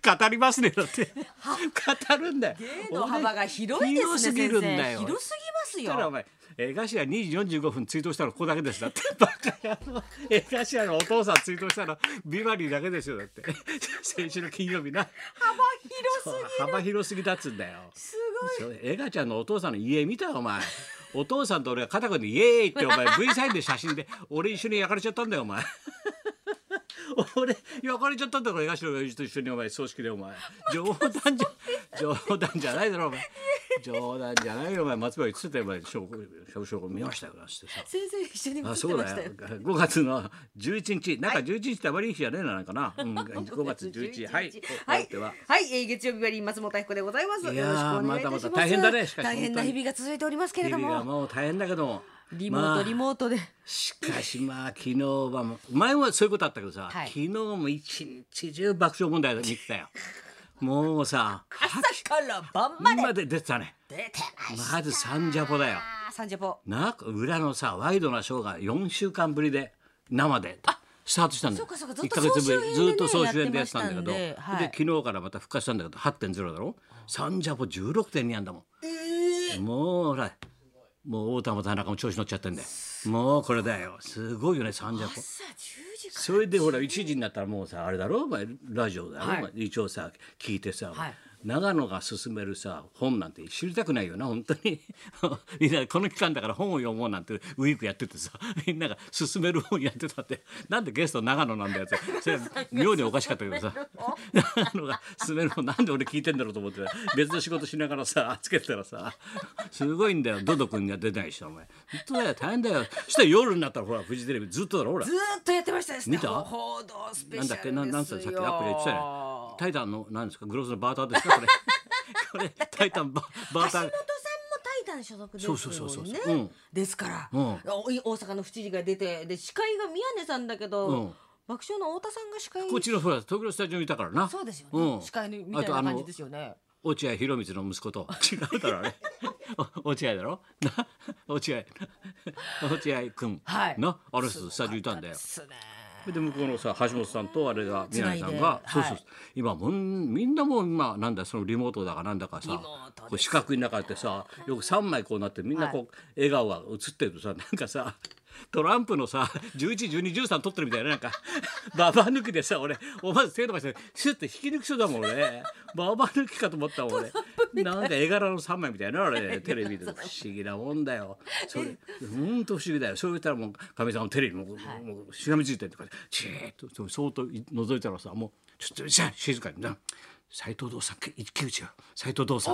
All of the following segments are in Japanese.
語りますねだって語るんだよ。 芸の幅が広いですね。 広すぎるんだよ。 広すぎますだからおよ。 前江頭2時45分追悼したのここだけですだってバカ野郎。江頭のお父さん追悼したのビバリーだけですよだって先週の金曜日な。 幅広すぎる。 幅広すぎだっつんだよ。 すごい。 江頭ちゃんのお父さんの家見たよお前。お父さんと俺が肩組んでイエーイってお前 V サインで写真で俺一緒に焼かれちゃったんだよお前俺焼かれちゃったんだから江頭の親父と一緒にお前葬式でお前冗談じゃないだろお前冗談じゃないよお前。松原言ってたよお前証拠見ましたよなんてさ。 先生一緒に写ってあそうましたよ。 だよ5月の11日なんか11日ってあまりいい日じゃねえななんかな、5月11日はいはいでははい、月曜日割り松本明子でございます。よいやーろしくお願いいたします。 まだまだ大変だねしかし大変な日々が続いておりますけれど日々がも、 もう大変だけどもリモートリモートで、 しかしまあ昨日はもう前はそういうことあったけどさ、 はい昨日も一日中爆笑問題見てたよもうさ朝から晩までまで出てたね。 出てました。 まずサンジャポだよサンジャポ。 なんか裏のさワイドなショーが4週間ぶりで生でスタートしたんだよ。 そうかそうかずっ 1 とヶ月ぶり総集編でねずっと総集編でやってたんだけどやってましたんではいで昨日からまた復活したんだけど 8.0 だろ。サンジャポ 16.2 あんだもん。もうほらもう太田も田中も調子乗っちゃってんだよ。もうこれだよすごいよねサンジャポ。 朝10時から。 それでほら1時になったらもうさあれだろお前ラジオだろ、 はいお前一応さ聞いてさ、 はい長野が勧めるさ本なんて知りたくないよな本当にみんなこの期間だから本を読もうなんてウィークやっててさみんなが勧める本やってたってなんでゲスト長野なんだよってそれ妙におかしかったけどさ長野が勧める本なんで俺聞いてんだろうと思って別の仕事しながらさつけてたらさすごいんだよドド君には出ないしお前本当だよ大変だよ。そしたら夜になったらほらフジテレビずっとだろほらずーっとやってましたですね。 見た報道スペシャルですよ。 なんだっけなんつったさっきアプリで言ってたよ。タイタンのなんですかグロスのバーターですかこれこれタイタンバーター橋本さんもタイタン所属ですよね。 そうですから、 うん大阪の府知事が出てで司会が宮根さんだけど、 うん爆笑の太田さんが司会。 こっちのほら東京のスタジオにいたからな。 そうですよね、 うん司会のみたいな感じですよね。 落合博満の息子と違うだろあれ落合だろな落合君はいなあれスタジオいたんだよ。 すね。 で向こうのさ橋本さんとあれが宮根さんつないでがそうそう、 はい今もうみんなもう今なんだそのリモートだかなんだかさリモートですこう四角い中ってさよく3枚こうなってみんなこう、笑顔が映ってるとさなんかさトランプのさ11、12、13撮ってるみたいななんかババ抜きでさ俺おまず手伸ばしてシュッて引き抜きそうだもん俺ババ抜きかと思ったもん俺なんか絵柄の3枚みたいなあれテレビで不思議なもんだよそれほんと不思議だよ。そう言ったらもうかみさんのテレビもうしがみついてるとかチーッと相当覗いたらさもうちょっとじゃあ静かにな斉藤道さん一騎打ちよ斉藤道さん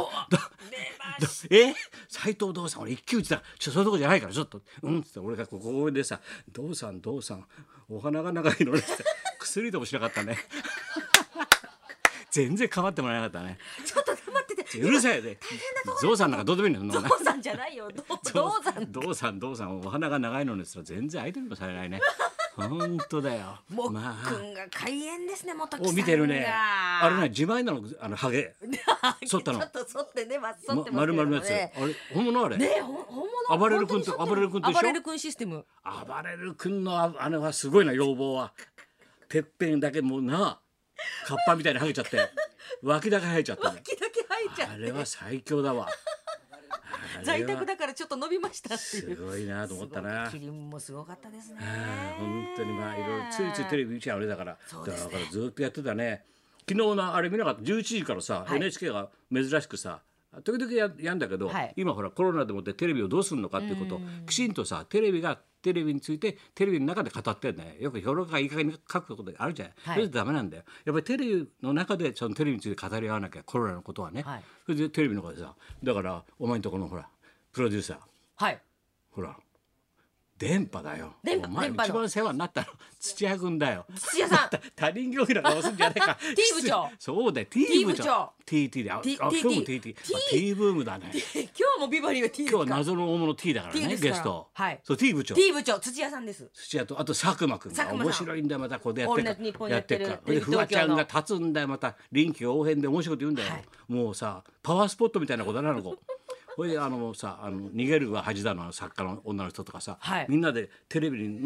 斉藤道さん俺一騎打ちだそういうとこじゃないからちょっとうんっつって俺がここでさ道さんお花が長いのねって薬でもしなかったね全然構ってもらえなかったね。 ちょっと黙ってて。 うるさいでゾウさんなんかどうでもいいのゾウさんじゃないよ。ゾウさん。 道さんお花が長いのにすら全然相手にもされないね本当だよ。 もっくんが開演ですね元木さんが。 見てるねあれね自前なのハゲ剃ったのちょっと剃ってね剃ってますけどね。 丸々のやつあれ本物あれね本物。 暴れる君と一緒暴れる君システム。 暴れる君のあれはすごいな要望はてっぺんだけもうなカッパみたいにハゲちゃって脇だけ生えちゃって、ね、 脇だけ生えちゃってあれは最強だわ在宅だからちょっと伸びましたっていう。 すごいなと思ったな。 キリンもすごかったですね。 本当にまあいろいろついついテレビ見ちゃうあれだからそうですねだからずっとやってたね。昨日のあれ見なかった11時からさ、 はい NHK が珍しくさ時々やんだけど、 はい今ほらコロナでもってテレビをどうするのかっていうことをきちんとさテレビについてテレビの中で語ってんだよ。よく評論家がいい加減に書くことあるじゃない、 はいそれでダメなんだよ。やっぱりテレビの中でそのテレビについて語り合わなきゃコロナのことはね、 はいそれでテレビの中でさだからお前んとこのほらプロデューサーはい。 ほら電波だよ。 電波お前電波の一番世話になったの土屋君だよ。 土屋さん。 他人行儀な顔すんじゃねえか。 T 部長そうだよ T 部長。TT だよ。 T 今日も TT。T ブームだね。 今日もビバリーは T ですか。 今日は謎の大物 T だから T ねですからゲスト。 はいそう T 部長。 T 部長土屋さんです。 土屋とあと佐久間君が佐久間さん面白いんだよまたここでやってオールナイトニッポンやってるから。 テレビフワちゃんが東立つんだよまた臨機応変で面白いこと言うんだよ。 はいもうさパワースポットみたいな子だなあの子。これでさ逃げるは恥だの作家の女の人とかさ、 はいみんなでテレビの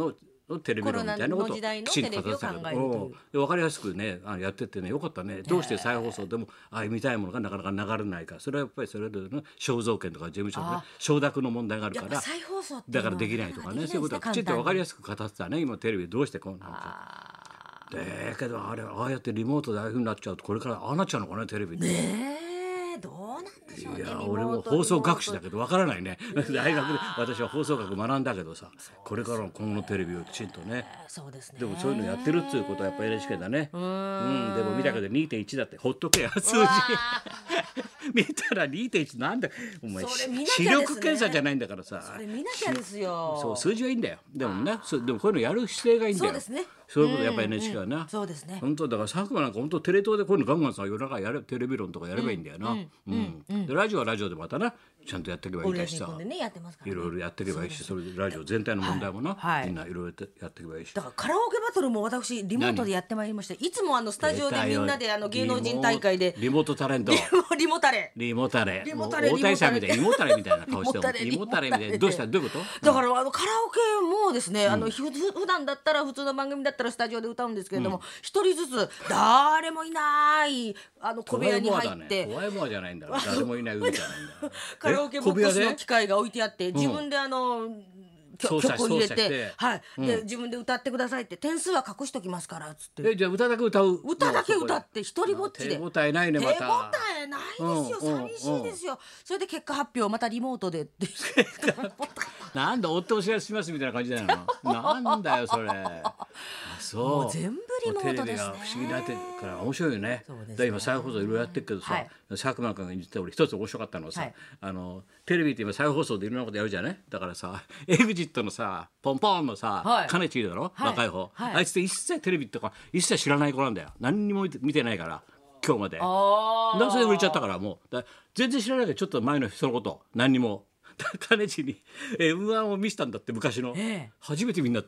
テレビ論みたいなことをコロナの時代のきちんと語ってたけテレビを考えるというど、で分かりやすくねやってってねよかったね。どうして再放送でも見たいものがなかなか流れないか、それはやっぱりそれぞれの肖像権とか事務所のね承諾の問題があるからやっぱ再放送っていうだのはからできないとかね、 できそういうことはきちんと分かりやすく語ってたね。今テレビどうしてこうなんかだけどああやってリモートでああいうふうになっちゃうとこれからああなっちゃうのかねテレビって。 ねえどうなんでしょうね。 いやリモート俺も放送学士だけどわからないね。大学で私は放送学学んだけどさ、これからの今後のテレビをきちんとね。 そうですね。 でもそういうのやってるっていうことはやっぱ NHK だね。でも見たけど 2.1 だってほっとけよ数字見たら 2.1 なんだお前それ見なき視ゃですね力検査じゃないんだからさ。 それ見なきゃですよ。 そう数字はいいんだよ。でもねでもこういうのやる姿勢がいいんだよ。 そうですね。 そういうことやっぱ NHK はな。 そうですね。 本当だから佐久間なんか本当テレ東でこういうのガンガンさ夜中やれテレビ論とかやればいいんだよな。でラジオはラジオでまたなちゃんとやっていけばいいんだしさ。 ねやってますからいろいろやっていけばいいし、それでラジオ全体の問題もな、みんないろいろやっていけばいいし。 だからカラオケバトルも私リモートでやってまいりました。いつもスタジオでみんなで芸能人大会でリモートタレントリモタレリモタレリモタレ大谷さんみたいなリモタレみたいな顔してもリモタレみたいなどうしたどういうことだからカラオケもですね普段だったら普通の番組だったらスタジオで歌うんですけれども一人ずつ誰もいない小部屋に入って怖いもんじゃないんだろ誰もいない海じゃないんだカラオケボックスの機械が置いてあって自分で曲を入れて、はい、で自分で歌ってくださいって点数は隠しときますからっつって。 じゃあ歌だけ歌う。 歌だけ歌って一人ぼっちで。 手応えないねまた。 手応えないですよ。寂しいですよ。それで結果発表またリモートでって。 なんだ追ってお知らせしますみたいな感じだよな。なんだよそれ。そう。 全部リモートですね。 テレビが不思議になってから面白いよね。だ今再放送いろいろやってるけどさ、佐久間君が言ってた俺一つ面白かったのはさ、テレビって今再放送でいろんなことやるじゃない。だからさ、エグジットのさポンポンのさ、かねちいるだろ、若い方、あいつって一切テレビとか一切知らない子なんだよ。何にも見てないから今日まで。それで売れちゃったからもう全然知らないけどちょっと前の人のこと何にも。かねちに M1 を見せたんだって昔の、初めて見んだって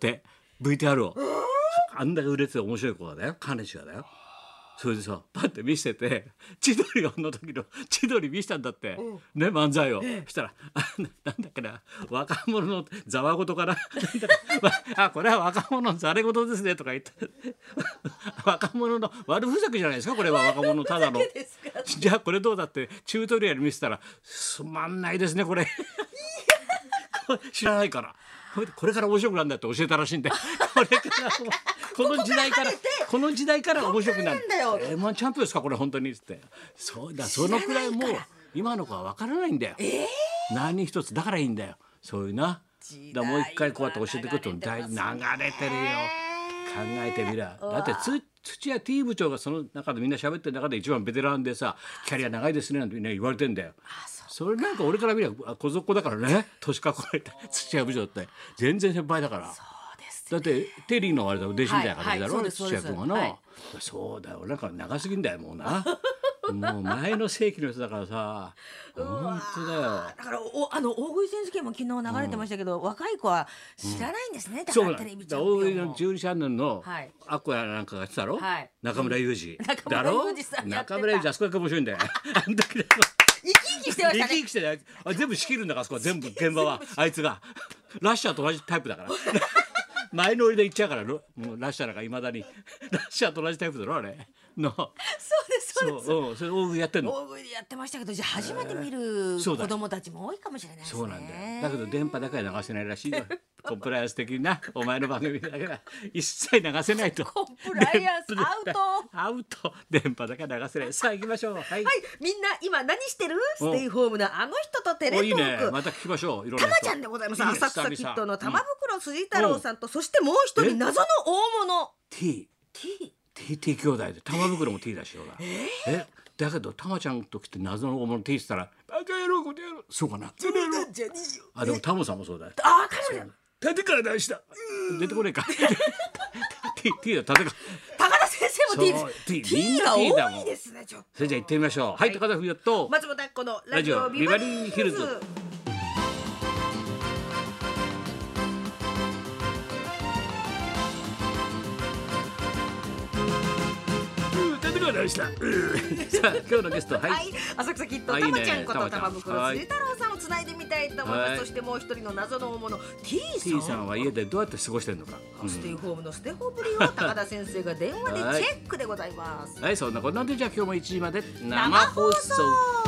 VTR を。あんだけ売れてて面白い子がだよかねちがだよ。それでさパッて見せて千鳥がの時の千鳥見せたんだって、ね漫才を、そしたらなんだっけな若者のざわごとかなこれは若者のざれごとですねとか言って若者の悪ふざけじゃないですかこれは若者ただのじゃあこれどうだってチュートリアル見せたらつまんないですねこれ知らないからこれから面白くなるんだって教えたらしいんでこれからこの時代から面白くなるM1 チャンピオンですかこれ本当にっつってそうだそのくらいもう今の子は分からないんだよ、何一つだからいいんだよそういうなだもう一回こうやって教えてくると流れてるよ考えてみらだって土屋 T 部長がその中でみんな喋ってる中で一番ベテランでさキャリア長いですねなんてみんな言われてんだよ。それなんか俺から見れば小僧だからね年かこえた土屋部長って全然先輩だから。だってテリーのあれだろ弟子みたいな形だろ、土屋君はな、そうだよなんか長すぎんだよもうなもう前の世紀の人だからさ本当だよ。 だから大食い選手権も昨日流れてましたけど、若い子は知らないんですね、だからテレビチャンピオンも。 大食いの12チャンネルのアッコやなんかがやってたろ、中村裕二だろ。中村裕二あそこだけ面白いんだよ生き生きしてましたね。 生き生きして全部仕切るんだからあそこは全部現場はあいつがラッシャーと同じタイプだから前乗りで行っちゃうからもうラッシャーなんかいまだにラッシャーと同じタイプだろあれの。 そうですそうです。 それ大食いやってんの。 大食いでやってましたけどじゃあ初めて見る子供たちも多いかもしれないですね。 そうなんだよ。だけど電波だけは流せないらしいよコンプライアンス的になお前の番組だけは一切流せないと。 コンプライアンスアウト電波だけは流せない。さあ行きましょう。はい、 みんな今何してるステイホームのあの人とテレトーク。 いいねまた聞きましょう。 たまちゃんでございます。浅草キッドの玉袋筋太郎さんとそしてもう一人謎の大物 T 兄弟で玉袋も T だしよだけどたまちゃんと来て謎の大物 T したらバカ野郎この野郎そうかなでもタモさんもそうだよ。 タモさん立川大師だ出てこねえかT だ立川高田先生も T です。 T が多いですね。ちょっとそれじゃあ行ってみましょう。はい、高田文夫と松本明子のラジオビバリーヒルズ。 さあ今日のゲスト浅草キッドたまちゃんこと玉袋筋太郎さんをつないでみたいと思います。 はいそしてもう一人の謎の大物 T さ T ん。 さんは家でどうやって過ごしてるのか、 ステイホームのステホぶりを高田先生が電話でチェックでございます。 はい、そんなこんなんでじゃあ今日も1時まで生放送